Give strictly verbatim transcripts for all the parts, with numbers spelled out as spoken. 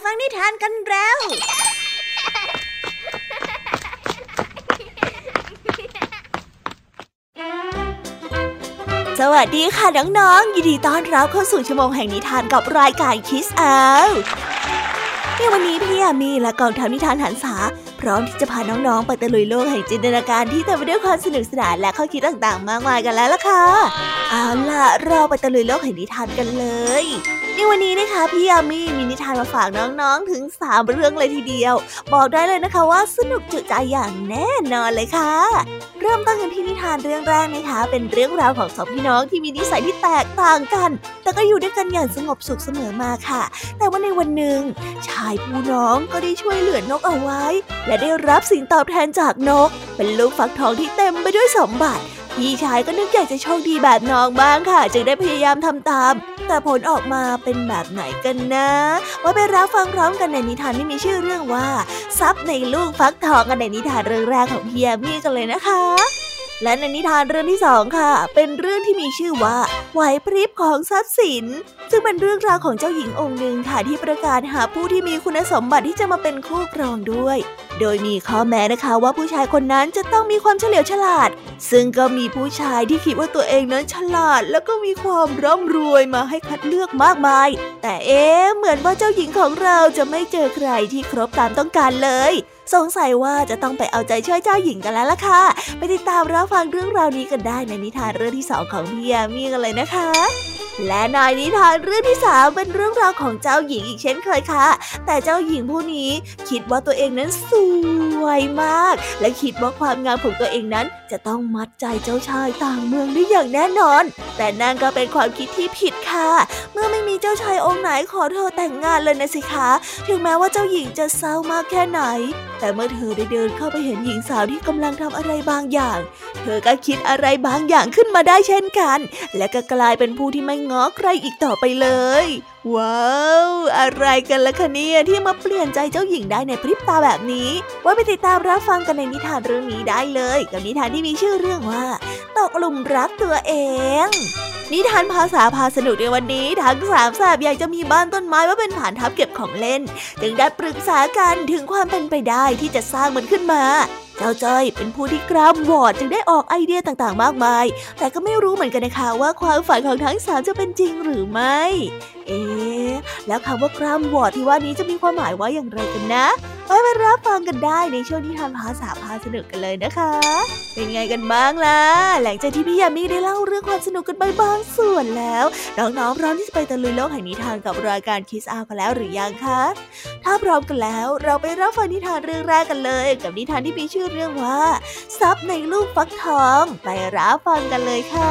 ฟังนิทานกันแล้วสวัสดีค่ะน้องๆยินดีต้อนรับเข้าสู่ชั่วโมงแห่งนิทานกับรายการ Kids Out ในวันนี้พี่ยามีและกองทัพนิทานหันษาพร้อมที่จะพาน้องๆไปตะลุยโลกแห่งจินตนาการที่เต็มไปด้วยความสนุกสนานและข้อคิดต่างๆมากมายกันแล้วล่ะค่ะเอาล่ะเราไปตะลุยโลกแห่งนิทานกันเลยในวันนี้นะคะพี่ยามีมีนิทานมาฝากน้องๆถึงสามเรื่องเลยทีเดียวบอกได้เลยนะคะว่าสนุกจุใจอย่างแน่นอนเลยค่ะเริ่มต้นกันที่นิทานเรื่องแรกนะคะเป็นเรื่องราวของสองพี่น้องที่มีนิสัยที่แตกต่างกันแต่ก็อยู่ด้วยกันอย่างสงบสุขเสมอมาค่ะแต่ว่าในวันหนึ่งชายผู้น้องก็ได้ช่วยเหลือนกเอาไว้และได้รับสิ่งตอบแทนจากนกเป็นลูกฟักทองที่เต็มไปด้วยสมบัติพี่ชายก็นึกอยากจะโชคดีแบบน้องบ้างค่ะจึงได้พยายามทำตามแต่ผลออกมาเป็นแบบไหนกันนะว่าไปรับฟังพร้อมกันในนิทานที่มีชื่อเรื่องว่าทรัพย์ในลูกฟักทองกันในนิทานเรื่องแรกของพี่ยามีกันเลยนะคะและในนิทานเรื่องที่สองค่ะเป็นเรื่องที่มีชื่อว่าไหวพริบของทรัพย์สินซึ่งเป็นเรื่องราวของเจ้าหญิงองค์หนึ่งค่ะที่ประกาศหาผู้ที่มีคุณสมบัติที่จะมาเป็นคู่ครองด้วยโดยมีข้อแม้นะคะว่าผู้ชายคนนั้นจะต้องมีความเฉลียวฉลาดซึ่งก็มีผู้ชายที่คิดว่าตัวเองนั้นฉลาดแล้วก็มีความร่ำรวยมาให้คัดเลือกมากมายแต่เอ๊ะเหมือนว่าเจ้าหญิงของเราจะไม่เจอใครที่ครบตามต้องการเลยสงสัยว่าจะต้องไปเอาใจช่วยเจ้าหญิงกันแล้วล่ะค่ะไปติดตามรับฟังเรื่องราวนี้กันได้ในนิทานเรื่องที่สองของพี่ยามีกันเลยนะคะและในนิทานเรื่องที่สามเป็นเรื่องราวของเจ้าหญิงอีกเช่นเคยค่ะแต่เจ้าหญิงผู้นี้คิดว่าตัวเองนั้นสวยมากและคิดว่าความงามของตัวเองนั้นจะต้องมัดใจเจ้าชายต่างเมืองได้อย่างแน่นอนแต่นั่นก็เป็นความคิดที่ผิดค่ะเมื่อไม่มีเจ้าชายองค์ไหนขอเธอแต่งงานเลยนะสิคะถึงแม้ว่าเจ้าหญิงจะเศร้ามากแค่ไหนแต่เมื่อเธอได้เดินเข้าไปเห็นหญิงสาวที่กำลังทำอะไรบางอย่างเธอก็คิดอะไรบางอย่างขึ้นมาได้เช่นกันและก็กลายเป็นผู้ที่ไม่ง้อใครอีกต่อไปเลยว้าวอะไรกันล่ะคะเนี่ยที่มาเปลี่ยนใจเจ้าหญิงได้ในพริบตาแบบนี้ไว้ไปติดตามรับฟังกันในนิทานเรื่องนี้ได้เลยกับนิทานที่มีชื่อเรื่องว่าตกหลุมรักตัวเองนิทานภาษาพาสนุกในวันนี้ทั้งสามแสบอยากจะมีบ้านต้นไม้ไว้เป็นฐานทัพเก็บของเล่นจึงได้ปรึกษากันถึงความเป็นไปได้ที่จะสร้างมันขึ้นมาเจ้าจ้อยเป็นผู้ที่กล้ามวอดจึงได้ออกไอเดียต่างๆมากมายแต่ก็ไม่รู้เหมือนกันนะคะว่าความฝันของทั้งสามจะเป็นจริงหรือไม่เอ๊ะแล้วคำว่ากล้ามวอดที่ว่านี้จะมีความหมายว่าอย่างไรกันนะไว้ไปรับฟังกันได้ในช่วงนิทานภาษาพาสนุกกันเลยนะคะเป็นไงกันบ้างล่ะหลังจากที่พี่ยามีได้เล่าเรื่องความสนุกกันไปบางส่วนแล้วน้องๆพร้อมที่จะไปตะลุยโลกแห่งนิทานกับรายการ Kids Out กันแล้วหรือยังคะถ้าพร้อมกันแล้วเราไปรับฟังนิทานเรื่องแรกกันเลยกับนิทานที่มีชื่อเรื่องว่าทรัพย์ในลูกฟักทองไปรับฟังกันเลยค่ะ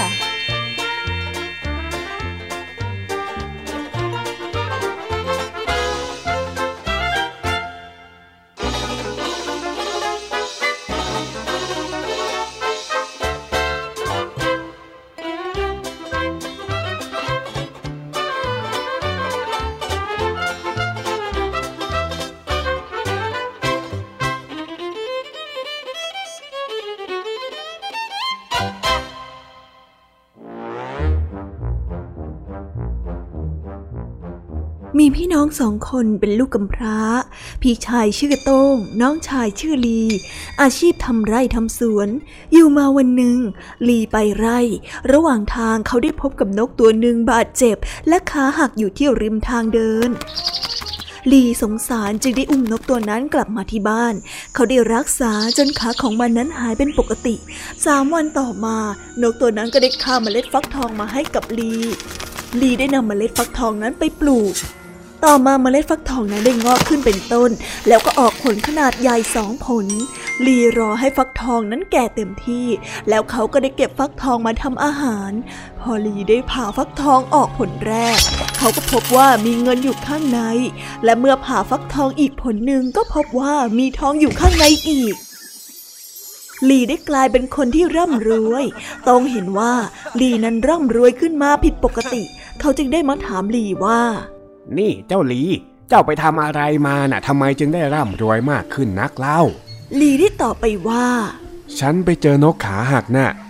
มีพี่น้องสองคนเป็นลูกกำพร้าพี่ชายชื่อโต้งน้องชายชื่อลีอาชีพทำไร่ทำสวนอยู่มาวันหนึ่งลีไปไร่ระหว่างทางเขาได้พบกับนกตัวหนึ่งบาดเจ็บและขาหักอยู่ที่ริมทางเดินลีสงสารจึงได้อุ้มนกตัวนั้นกลับมาที่บ้านเขาได้รักษาจนขาของมันนั้นหายเป็นปกติสามวันต่อมานกตัวนั้นก็ได้ฆ่าเมล็ดฟักทองมาให้กับลีลีได้นำเมล็ดฟักทองนั้นไปปลูกต่อมาเมล็ดฟักทองนั้นได้งอกขึ้นเป็นต้นแล้วก็ออกผลขนาดใหญ่สองผลลีรอให้ฟักทองนั้นแก่เต็มที่แล้วเขาก็ได้เก็บฟักทองมาทำอาหารพอลีได้ผ่าฟักทองออกผลแรกเขาก็พบว่ามีเงินอยู่ข้างในและเมื่อผ่าฟักทองอีกผลหนึ่งก็พบว่ามีทองอยู่ข้างในอีกลีได้กลายเป็นคนที่ร่ำรวยต้องเห็นว่าลีนั้นร่ำรวยขึ้นมาผิดปกติเขาจึงได้มาถามลีว่านี่เจ้าลีเจ้าไปทำอะไรมาน่ะทำไมจึงได้ร่ำรวยมากขึ้นนักเล่าลีได้ตอบไปว่าฉันไปเจอนกขาหักน่ะ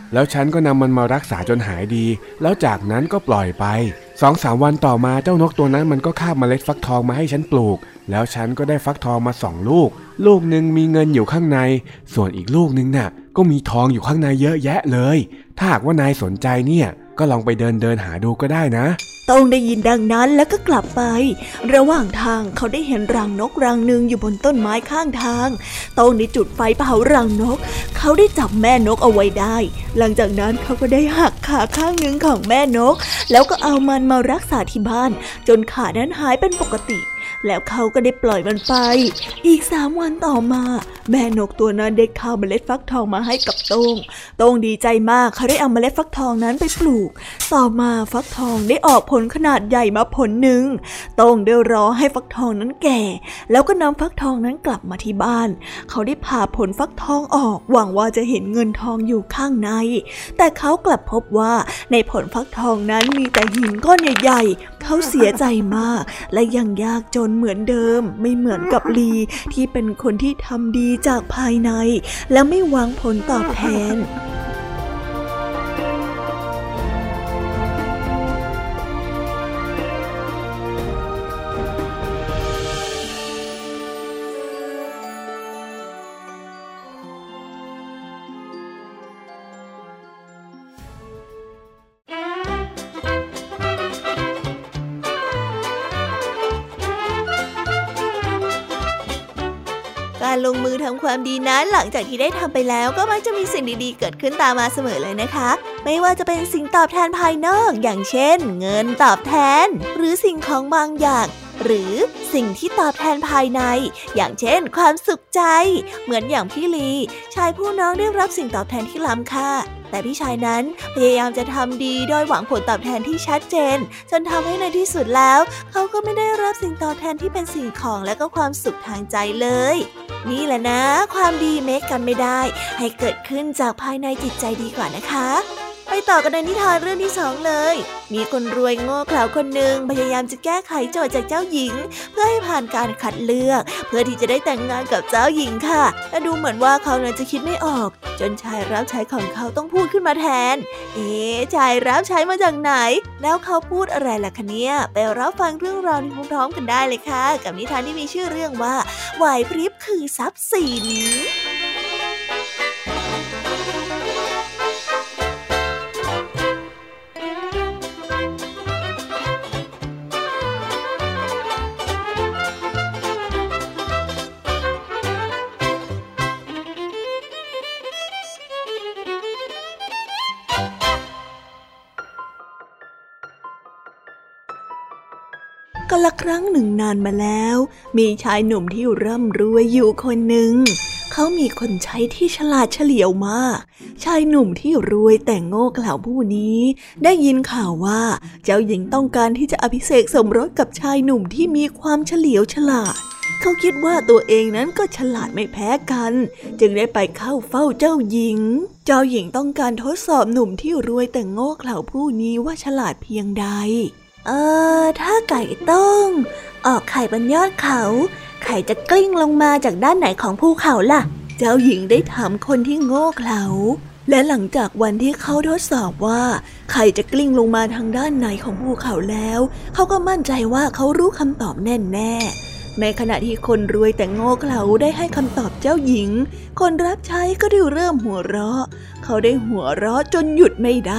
แล้วฉันก็นำมันมารักษาจนหายดีแล้วจากนั้นก็ปล่อยไป สองสาม วันต่อมาเจ้านกตัวนั้นมันก็คาบเมล็ดฟักทองมาให้ฉันปลูกแล้วฉันก็ได้ฟักทองมาสองลูกลูกนึงมีเงินอยู่ข้างในส่วนอีกลูกนึงน่ะก็มีทองอยู่ข้างในเยอะแยะเลยถ้าหากว่านายสนใจเนี่ยก็ลองไปเดินเดินหาดูก็ได้นะโต้งได้ยินดังนั้นแล้วก็กลับไประหว่างทางเขาได้เห็นรังนกรังหนึ่งอยู่บนต้นไม้ข้างทางโต้งได้จุดไฟเผารังนกเขาได้จับแม่นกเอาไว้ได้หลังจากนั้นเขาก็ได้หักขาข้างหนึ่งของแม่นกแล้วก็เอามันมารักษาที่บ้านจนขานั้นหายเป็นปกติแล้วเขาก็ได้ปล่อยมันไปอีกสามวันต่อมาแม่นกตัวนั้นได้ข้าวเมล็ดฟักทองมาให้กับโต้งโต้งดีใจมากเขาได้เอาเมล็ดฟักทองนั้นไปปลูกต่อมาฟักทองได้ออกผลขนาดใหญ่มาผลหนึ่งโต้งได้รอให้ฟักทองนั้นแก่แล้วก็นำฟักทองนั้นกลับมาที่บ้านเขาได้ผ่าผลฟักทองออกหวังว่าจะเห็นเงินทองอยู่ข้างในแต่เขากลับพบว่าในผลฟักทองนั้นมีแต่หินก้อนใหญ่ๆเขาเสียใจมากและยังยากจนเหมือนเดิมไม่เหมือนกับลีที่เป็นคนที่ทำดีจากภายในและไม่หวังผลตอบแทนการลงมือทำความดีนั้นหลังจากที่ได้ทำไปแล้วก็มักจะมีสิ่งดีๆเกิดขึ้นตามมาเสมอเลยนะคะไม่ว่าจะเป็นสิ่งตอบแทนภายนอกอย่างเช่นเงินตอบแทนหรือสิ่งของบางอย่างหรือสิ่งที่ตอบแทนภายในอย่างเช่นความสุขใจเหมือนอย่างพี่ลีชายผู้น้องได้รับสิ่งตอบแทนที่ล้ำค่าแต่พี่ชายนั้นพยายามจะทำดีโดยหวังผลตอบแทนที่ชัดเจนจนทำให้ในที่สุดแล้วเขาก็ไม่ได้รับสิ่งตอบแทนที่เป็นสิ่งของและก็ความสุขทางใจเลยนี่แหละนะความดีเมคกันไม่ได้ให้เกิดขึ้นจากภายในจิตใจดีกว่านะคะไปต่อกันในนิทานเรื่องที่สองเลยมีคนรวยโง่เขลาคนหนึ่งพยายามจะแก้ไขโจทย์จากเจ้าหญิงเพื่อให้ผ่านการคัดเลือกเพื่อที่จะได้แต่งงานกับเจ้าหญิงค่ะแต่ดูเหมือนว่าเขานั้นจะคิดไม่ออกจนชายรับใช้ของเขาต้องพูดขึ้นมาแทนเอ๊ะชายรับใช้มาจากไหนแล้วเขาพูดอะไรล่ะคะเนี่ยไปรับฟังเรื่องราวนี้พร้อมๆกันได้เลยค่ะกับนิทานที่มีชื่อเรื่องว่าไหวพริบคือทรัพย์สินกาลครั้งหนึ่งนานมาแล้วมีชายหนุ่มที่ร่ำรวยอยู่คนหนึ่งเขามีคนใช้ที่ฉลาดเฉลียวมากชายหนุ่มที่รวยแต่โง่เขลาผู้นี้ได้ยินข่าวว่าเจ้าหญิงต้องการที่จะอภิเษกสมรสกับชายหนุ่มที่มีความเฉลียวฉลาดเขาคิดว่าตัวเองนั้นก็ฉลาดไม่แพ้กันจึงได้ไปเข้าเฝ้าเจ้าหญิงเจ้าหญิงต้องการทดสอบหนุ่มที่รวยแต่โง่เขลาผู้นี้ว่าฉลาดเพียงใดเออถ้าไก่ต้มออกไข่บนยอดเขาไข่จะกลิ้งลงมาจากด้านไหนของภูเขาล่ะเจ้าหญิงได้ถามคนที่โง่เขลาและหลังจากวันที่เขาทดสอบว่าไข่จะกลิ้งลงมาทางด้านไหนของภูเขาแล้วเขาก็มั่นใจว่าเขารู้คำตอบแน่ๆในขณะที่คนรวยแต่โง่เขลาได้ให้คำตอบเจ้าหญิงคนรับใช้ก็ได้เริ่มหัวเราะเขาได้หัวเราะจนหยุดไม่ได้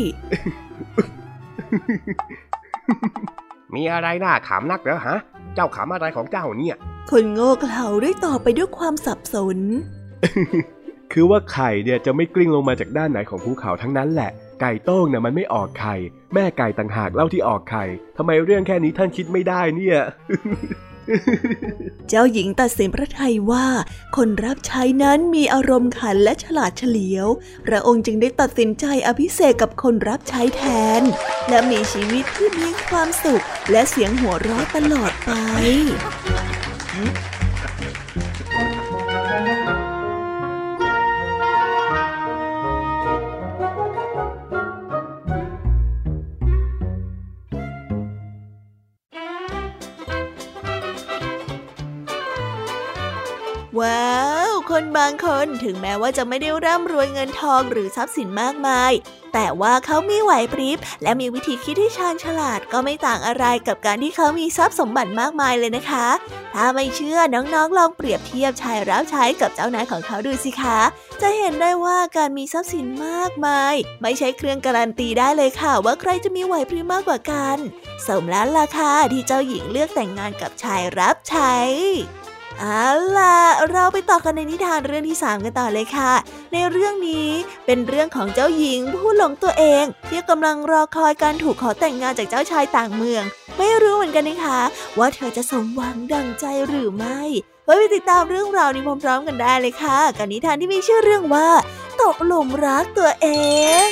มีอะไรน่าขำนักเหรอฮะเจ้าขำอะไรของเจ้าเนี่ยคนโง่เขลาได้ตอบไปด้วยความสับสนคือว่าไข่เนี่ยจะไม่กลิ้งลงมาจากด้านไหนของภูเขาทั้งนั้นแหละไก่โต้งเนี่ยมันไม่ออกไข่แม่ไก่ต่างหากเล่าที่ออกไข่ทำไมเรื่องแค่นี้ท่านคิดไม่ได้เนี่ยเจ้าหญิงตัดสินพระทัยว่าคนรับใช้นั้นมีอารมณ์ขันและฉลาดเฉลียวพระองค์จึงได้ตัดสินใจอภิเษกกับคนรับใช้แทนและมีชีวิตที่มีความสุขและเสียงหัวเราะตลอดไปว้าวคนบางคนถึงแม้ว่าจะไม่ได้ร่ำรวยเงินทองหรือทรัพย์สินมากมายแต่ว่าเขามีไหวพริบและมีวิธีคิดที่ชาญฉลาดก็ไม่ต่างอะไรกับการที่เขามีทรัพย์สมบัติมากมายเลยนะคะถ้าไม่เชื่อน้องๆลองเปรียบเทียบชายรับใช้กับเจ้านายของเขาดูสิคะจะเห็นได้ว่าการมีทรัพย์สินมากมายไม่ใช่เครื่องการันตีได้เลยค่ะว่าใครจะมีไหวพริบมากกว่ากันสมแล้วล่ะค่ะที่เจ้าหญิงเลือกแต่งงานกับชายรับใช้เอาล่ะเราไปต่อกันในนิทานเรื่องที่สามกันต่อเลยค่ะในเรื่องนี้เป็นเรื่องของเจ้าหญิงผู้หลงตัวเองที่กำลังรอคอยการถูกขอแต่งงานจากเจ้าชายต่างเมืองไม่รู้เหมือนกันนะคะว่าเธอจะสมหวังดังใจหรือไม่ไว้ไปติดตามเรื่องราวนี้พร้อมๆกันได้เลยค่ะกับนิทานที่มีชื่อเรื่องว่าตกหลุมรักตัวเอง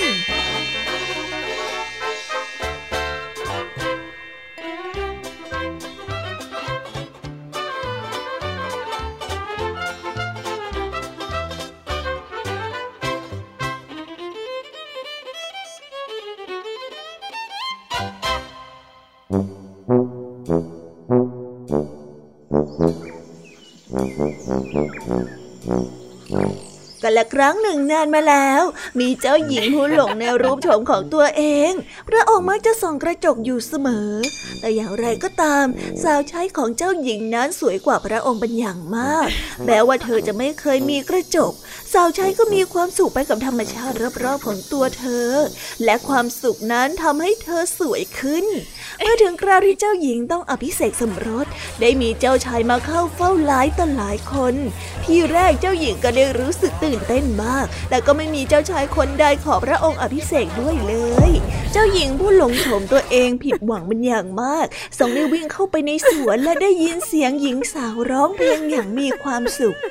กันละครั้งหนึ่งนานมาแล้วมีเจ้าหญิงผู้หลงในรูปโฉมของตัวเองพระองค์มักจะส่องกระจกอยู่เสมอแต่อย่างไรก็ตามสาวใช้ของเจ้าหญิงนั้นสวยกว่าพระองค์เป็นอย่างมากแม้ว่าเธอจะไม่เคยมีกระจกสาวใช้ก็มีความสุขไปกับธรรมชาติรอบๆของตัวเธอและความสุขนั้นทำให้เธอสวยขึ้นเมื่อถึงคราวที่เจ้าหญิงต้องอภิเษกสมรสได้มีเจ้าชายมาเข้าเฝ้าหลายต่อหลายคนที่แรกเจ้าหญิงก็ได้รู้สึกตื่นเต้นมากแต่ก็ไม่มีเจ้าชายคนใดขอพระองค์อภิเษกด้วยเลยเจ้าหญิงผู้หลงโฉมตัวเองผิดหวังเป็นอย่างมากทรงได้วิ่งเข้าไปในสวนและได้ยินเสียงหญิงสาวร้องเพลงอย่างมีความสุข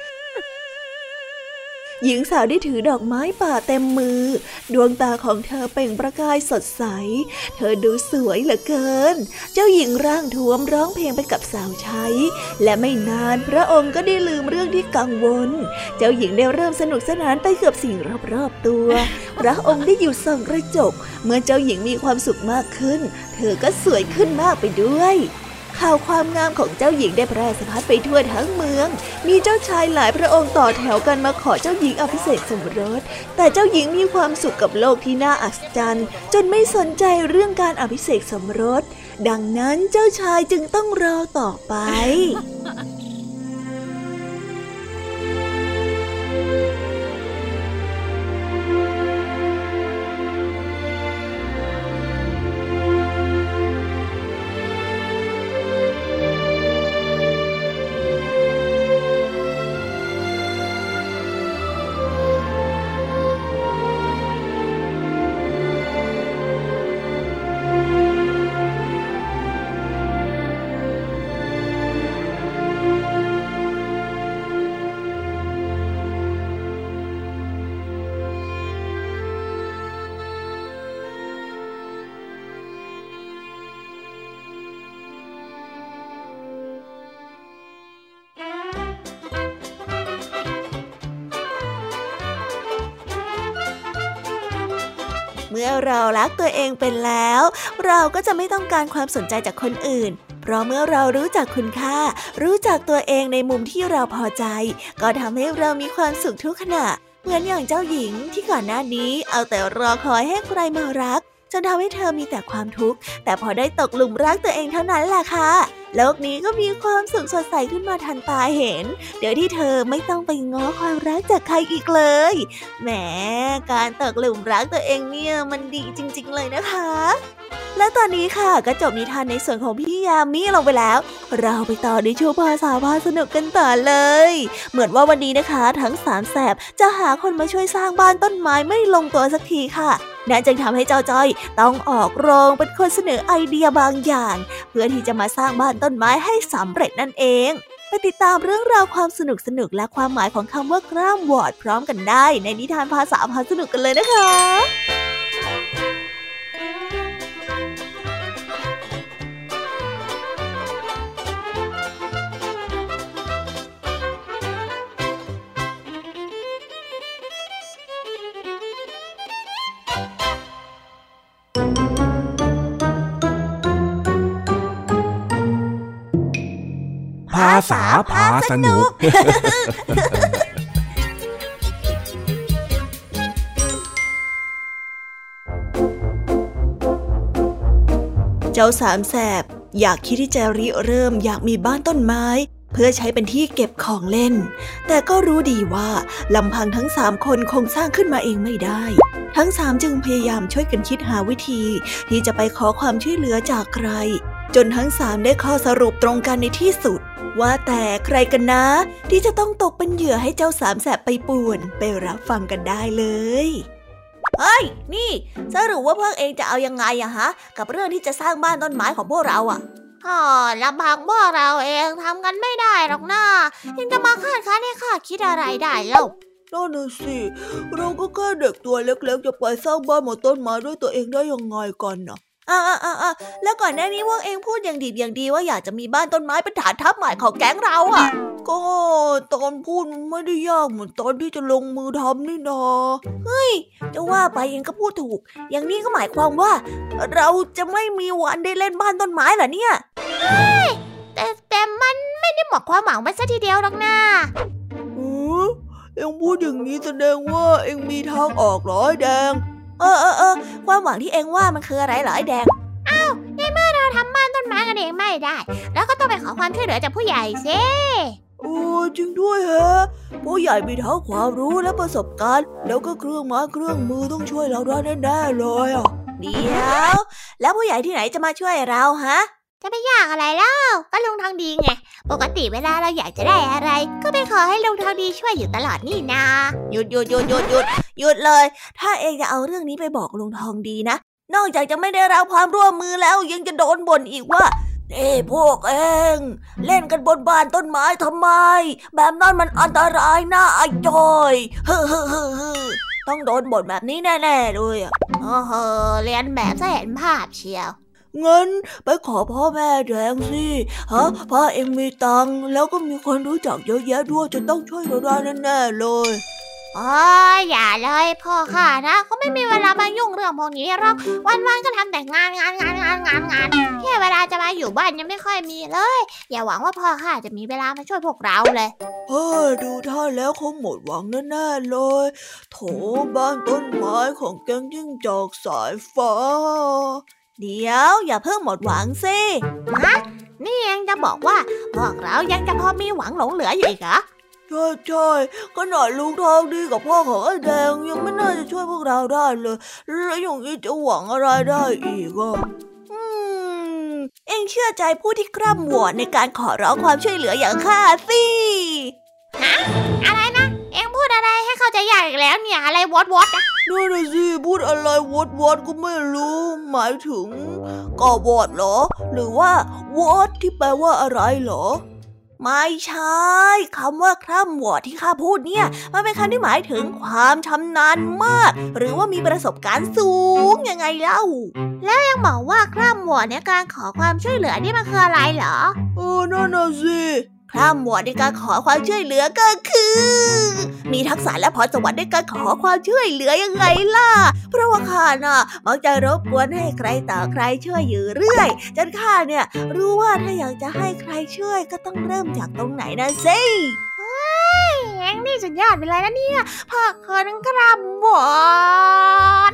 หญิงสาวได้ถือดอกไม้ป่าเต็มมือดวงตาของเธอเปล่งประกายสดใสเธอดูสวยเหลือเกินเจ้าหญิงร่างท้วมร้องเพลงไปกับสาวใช้และไม่นานพระองค์ก็ได้ลืมเรื่องที่กังวลเจ้าหญิงได้เริ่มสนุกสนานไปกับสิ่งรอบๆตัวพระองค์ได้หยุดส่องกระจกเมื่อเจ้าหญิงมีความสุขมากขึ้นเธอก็สวยขึ้นมากไปด้วยข่าวความงามของเจ้าหญิงได้แพร่สะพัดไปทั่วทั้งเมืองมีเจ้าชายหลายพระองค์ต่อแถวกันมาขอเจ้าหญิงอภิเษกสมรสแต่เจ้าหญิงมีความสุขกับโลกที่น่าอัศจรรย์จนไม่สนใจเรื่องการอภิเษกสมรสดังนั้นเจ้าชายจึงต้องรอต่อไป มื่อเรารักตัวเองเป็นแล้วเราก็จะไม่ต้องการความสนใจจากคนอื่นเพราะเมื่อเรารู้จักคุณค่ารู้จักตัวเองในมุมที่เราพอใจก็ทำให้เรามีความสุขทุกขณะเหมือนอย่างเจ้าหญิงที่ก่อนหน้านี้เอาแต่รอคอยให้ใครมารักจนทำให้เธอมีแต่ความทุกข์แต่พอได้ตกหลุมรักตัวเองเท่านั้นแหละค่ะโลกนี้ก็มีความสุขสดใสขึ้นมาทันตาเห็นเดี๋ยวที่เธอไม่ต้องไปง้อความรักจากใครอีกเลยแหมการตกหลุมรักตัวเองเนี่ยมันดีจริงๆเลยนะคะและตอนนี้ค่ะก็จบนิทานในส่วนของพี่ยามีลงไปแล้วเราไปต่อในช่วงภาษาพาสนุกกันต่อเลยเหมือนว่าวันนี้นะคะทั้งสามแสบจะหาคนมาช่วยสร้างบ้านต้นไม้ไม่ลงตัวสักทีค่ะนั่นจึงทำให้เจ้าจ้อยต้องออกโรงเป็นคนเสนอไอเดียบางอย่างเพื่อที่จะมาสร้างบ้านต้นไม้ให้สำเร็จนั่นเองไปติดตามเรื่องราวความสนุกสนุกและความหมายของคำว่ากล้ามวอร์ดพร้อมกันได้ในนิทานภาษาพาสนุกกันเลยนะคะภาษาพาสนุกเจ้าสามแสบอยากคิดที่จะริเริ่มอยากมีบ้านต้นไม้เพื่อใช้เป็นที่เก็บของเล่นแต่ก็รู้ดีว่าลำพังทั้งสามคนคงสร้างขึ้นมาเองไม่ได้ทั้งสามจึงพยายามช่วยกันคิดหาวิธีที่จะไปขอความช่วยเหลือจากใครจนทั้งสามได้ข้อสรุปตรงกันในที่สุดว่าแต่ใครกันนะที่จะต้องตกเป็นเหยื่อให้เจ้าสามแสบไปป่วนไปรับฟังกันได้เลยเฮ้ยนี่สรุปว่าพวกเองจะเอายังไงอะฮะกับเรื่องที่จะสร้างบ้านต้นไม้ของพวกเราอะอ๋อลำพังพวกเราเองทำกันไม่ได้หรอกนะยังจะมาคาดคะเนข้าคิดอะไรได้เล่านั่นน่ะสิเราก็แค่เด็กตัวเล็กๆจะไปสร้างบ้านบนต้นไม้ด้วยตัวเองได้ยังไงกันนะอ่าอ่าอ่าแล้วก่อนหน้านี้พวกเองพูดอย่างดีอย่างดีว่าอยากจะมีบ้านต้นไม้เป็นฐานทัพใหม่ของแก๊งเราอ่ะก็ตอนพูดมันไม่ได้ยากเหมือนตอนที่จะลงมือทำนี่นาเฮ้ยจะว่าไปเองก็พูดถูกอย่างนี้ก็หมายความว่าเราจะไม่มีวันได้เล่นบ้านต้นไม้เหรอเนี่ยเฮ้ยแต่แต่มันไม่ได้หมดความหวังไปซะทีเดียวหรอกนะอือเอ็งพูดอย่างนี้แสดงว่าเอ็งมีทางออกเหรอไอ้แดงเออเออเออความหวังที่เอ็งว่ามันคืออะไรเหรอไอ้แดงอ้าวในเมื่อเราทำบ้านต้นไม้กันเองไม่ได้แล้วก็ต้องไปขอความช่วยเหลือจากผู้ใหญ่สิโอ้จริงด้วยฮะผู้ใหญ่มีทั้งความรู้และประสบการณ์แล้วก็เครื่องไม้เครื่องมือต้องช่วยเราได้แน่ๆเลยอ่ะเดี๋ยวแล้วผู้ใหญ่ที่ไหนจะมาช่วยเราฮะจะไม่ยากอะไรเล่าก็ลุงทองดีไงปกติเวลาเราอยากจะได้อะไรก็ไปขอให้ลุงทองดีช่วยอยู่ตลอดนี่นาหยุดหยุดหยุดหยุดหยุดหยุดเลยถ้าเองจะเอาเรื่องนี้ไปบอกลุงทองดีนะนอกจากจะไม่ได้รับความร่วมมือแล้วยังจะโดนบ่นอีกว่าเอ้พวกเองเล่นกันบนบ้านต้นไม้ทำไมแบบนั้นมันอันตรายนะไอ้จอยเฮ้อเฮ้อเฮ้อเฮ้อต้องโดนบ่นแบบนี้แน่ๆเลยอ่ะเออเฮ้อเรียนแบบจะเห็นภาพเชียวงั้นไปขอพ่อแม่แดงสิฮะพ่อเองมีตังค์แล้วก็มีคนรู้จักเยอะแยะด้วยจะต้องช่วยเราได้แน่ๆเลยอ๋ออย่าเลยพ่อค่ะนะเขาไม่มีเวลามายุ่งเรื่องพวกนี้หรอกวันๆก็ทำแต่งานงานงานงานงานงานแค่เวลาจะมาอยู่บ้านยังไม่ค่อยมีเลยอย่าหวังว่าพ่อค่ะจะมีเวลามาช่วยพวกเราเลยเฮ้ยดูท่าแล้วคงหมดหวังแน่ๆเลยโถบ้านต้นไม้ของแก๊งจิ้งจอกสายฟ้าเดี๋ยวอย่าเพิ่งหมดหวังสิฮะนี่ยังจะบอกว่าพวกเรายังจะพอมีหวังหลงเหลืออยู่อีกเหรอใช่ใช่ก็หน่อยลุงทองดีกับพ่อของไอ้แดงยังไม่น่าจะช่วยพวกเราได้เลยแล้วอย่างนี้จะหวังอะไรได้อีกอ่ะอืมเอ็งเชื่อใจผู้ที่คร่ำวอดในการขอร้องความช่วยเหลืออย่างข้าสิฮะอะไรนะเอ็งพูดอะไรให้เข้าใจยากอีกแล้วเนี่ยอะไรวอดวอดอะนั่นน่ะสิพูดอะไรวอดวอดก็ไม่รู้หมายถึงก็วอดเหรอหรือว่าวอดที่แปลว่าอะไรเหรอไม่ใช่คำว่าคร่ำวอดที่ข้าพูดเนี่ยมันเป็นคำที่หมายถึงความชำนาญมากหรือว่ามีประสบการณ์สูงยังไงเล่าแล้วยังบอกว่าคร่ำวอดในการขอความช่วยเหลือนี่มันคืออะไรเหรอเออนั่นน่ะสิคร่ำวอดในการขอความช่วยเหลือก็คือมีทักษะและพรสวรรค์ในการขอความช่วยเหลือยังไงล่ะเพราะว่าข้าน่ะมักจะรบกวนให้ใครต่อใครช่วยอยู่เรื่อยจนข้าเนี่ยรู้ว่าถ้าอยากจะให้ใครช่วยก็ต้องเริ่มจากตรงไหนนะสิเฮ้ยแองนี่สุดยอดไปเลยนะเนี่ยพ่อคนคร่ำวอด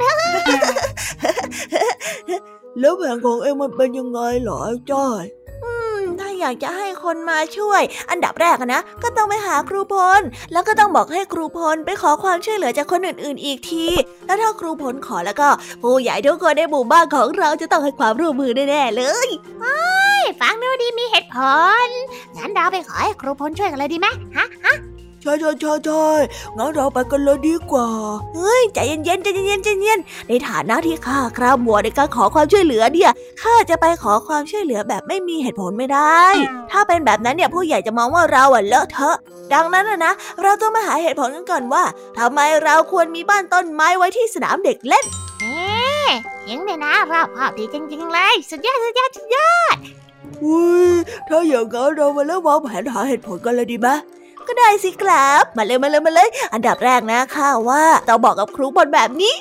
แล้วแผนของเอ็งมันเป็นยังไงเหรอจ้อยถ้าอยากจะให้คนมาช่วยอันดับแรกนะก็ต้องไปหาครูพลแล้วก็ต้องบอกให้ครูพลไปขอความช่วยเหลือจากคนอื่นๆอีกทีแล้วถ้าครูพลขอแล้วก็ผู้ใหญ่ทุกคนในหมู่บ้านของเราจะต้องให้ความร่วมมือแน่ๆเลยเฮ้ยฟังดูดีมีเหตุผลงั้นเราไปขอให้ครูพลช่วยกันเลยดีไหมฮะฮะใช่ใช่ใช่ใช่งั้นเราไปกันเลยดีกว่าเฮ้ยใจเย็นๆใจเย็นๆใจเย็นในฐานะที่ข้าคร่ำวอดในการขอความช่วยเหลือเนี่ยข้าจะไปขอความช่วยเหลือแบบไม่มีเหตุผลไม่ได้ถ้าเป็นแบบนั้นเนี่ยผู้ใหญ่จะมองว่าเราอ่ะเลอะเทอะดังนั้นนะนะเราต้องมาหาเหตุผลกันก่อนว่าทำไมเราควรมีบ้านต้นไม้ไว้ที่สนามเด็กเล่นเอ๊ะยังเนี่ยนะรอบคอบดีจริงๆเลยสุดยอดสุดยอดสุดยอดอุ้ยถ้าอย่างงั้นเรามาเริ่มวางแผนหาเหตุผลกันเลยดีไหมก็ได้สิครับมาเลยมาเลยมาเลยอันดับแรกนะข้าว่าต้องบอกกับครูพลแบบนี้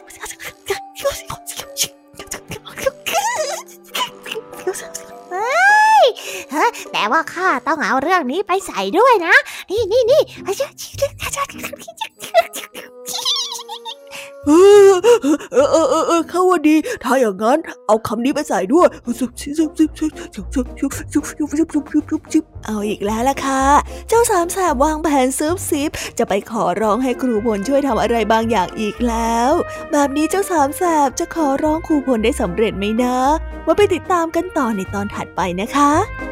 เฮ้ยแต่ว่าข้าต้องเอาเรื่องนี้ไปใส่ด้วยนะนี่นี่นี่เออเออเออเออเข้าว่าดีถ้าอย่างนั้นเอาคำนี้ไปใส่ด้วยเอาอีกแล้วล่ะค่ะเจ้าสามแสบวางแผนซุบซิบจะไปขอร้องให้ครูพลช่วยทำอะไรบางอย่างอีกแล้วแบบนี้เจ้าสามแสบจะขอร้องครูพลได้สำเร็จไหมนะมาไปติดตามกันต่อในตอนถัดไปนะคะ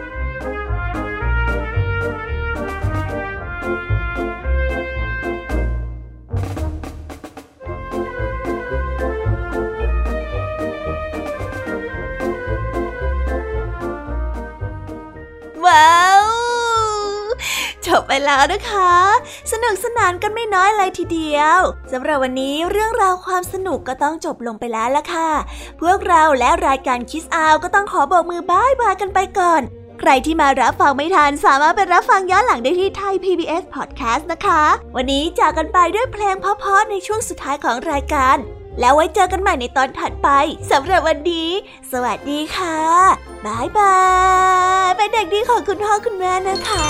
ว้าวจบไปแล้วนะคะสนุกสนานกันไม่น้อยเลยทีเดียวสำหรับวันนี้เรื่องราวความสนุกก็ต้องจบลงไปแล้วล่ะค่ะพวกเราและรายการ Kids Hour ก็ต้องขอบอกมือบายบายกันไปก่อนใครที่มารับฟังไม่ทันสามารถไปรับฟังย้อนหลังได้ที่ Thai พี บี เอส Podcast นะคะวันนี้จากกันไปด้วยเพลงเพราะๆในช่วงสุดท้ายของรายการแล้วไว้เจอกันใหม่ในตอนถัดไปสำหรับวันนี้สวัสดีค่ะบายบายเป็นเด็กดีของคุณพ่อคุณแม่นะคะ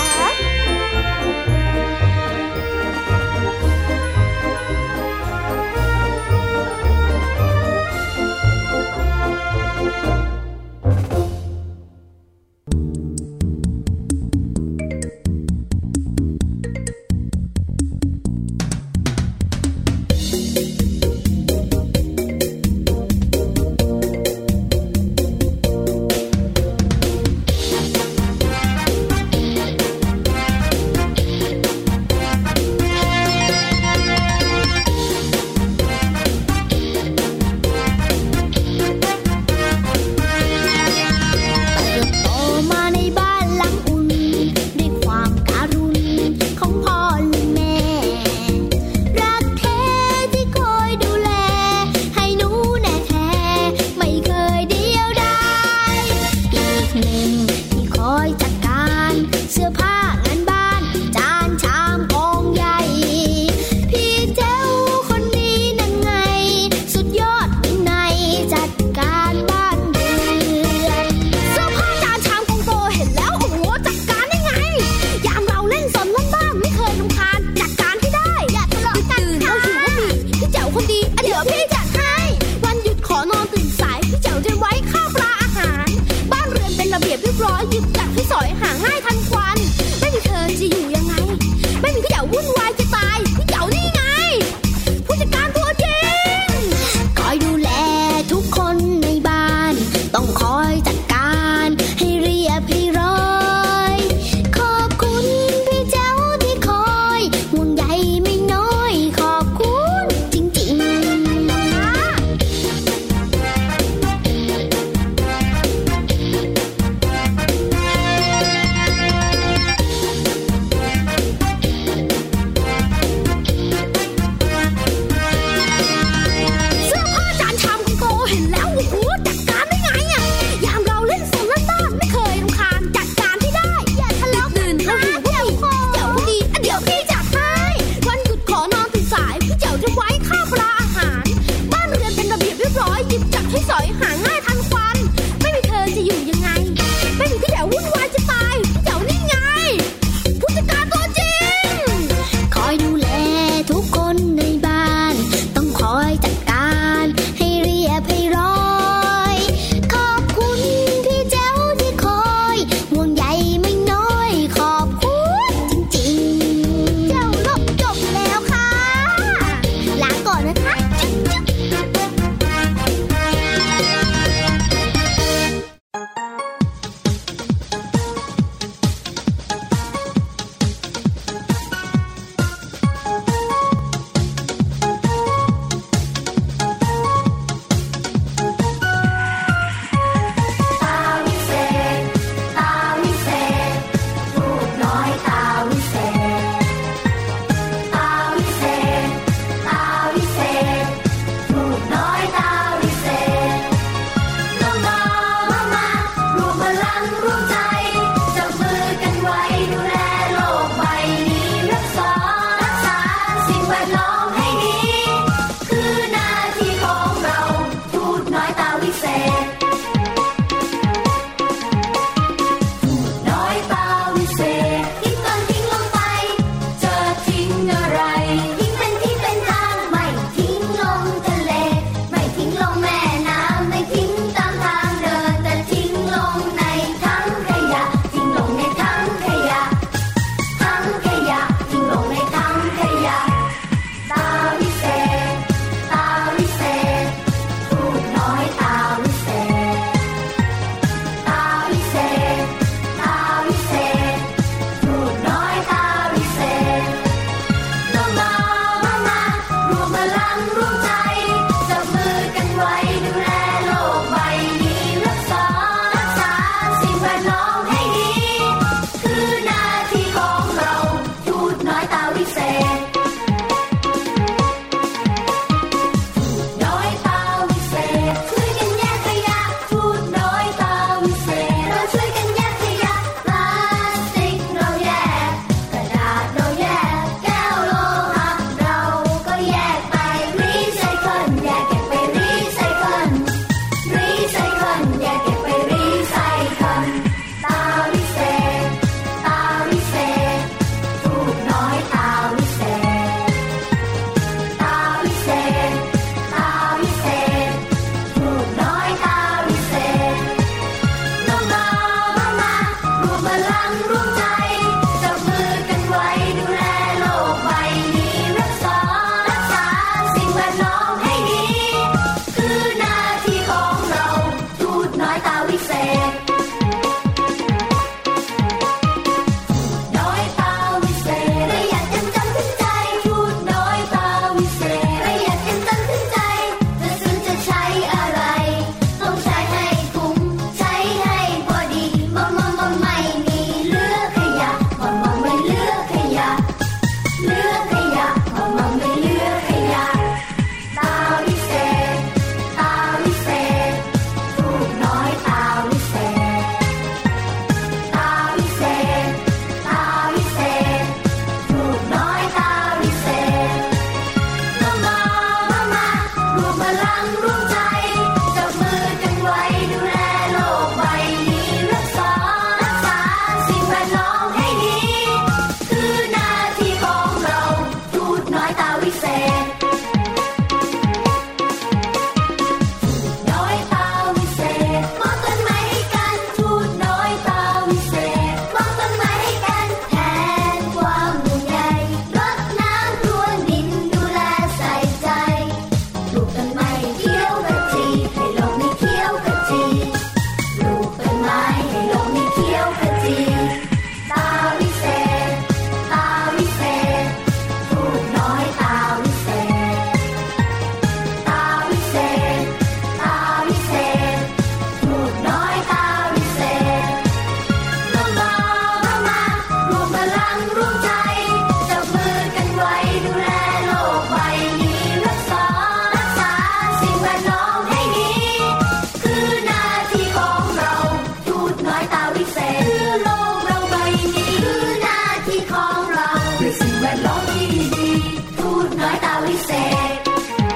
ดล้อมที่ดีพูดน้อยตาวิเศษ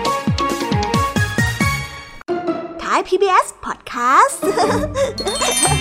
Thai พี บี เอส Podcast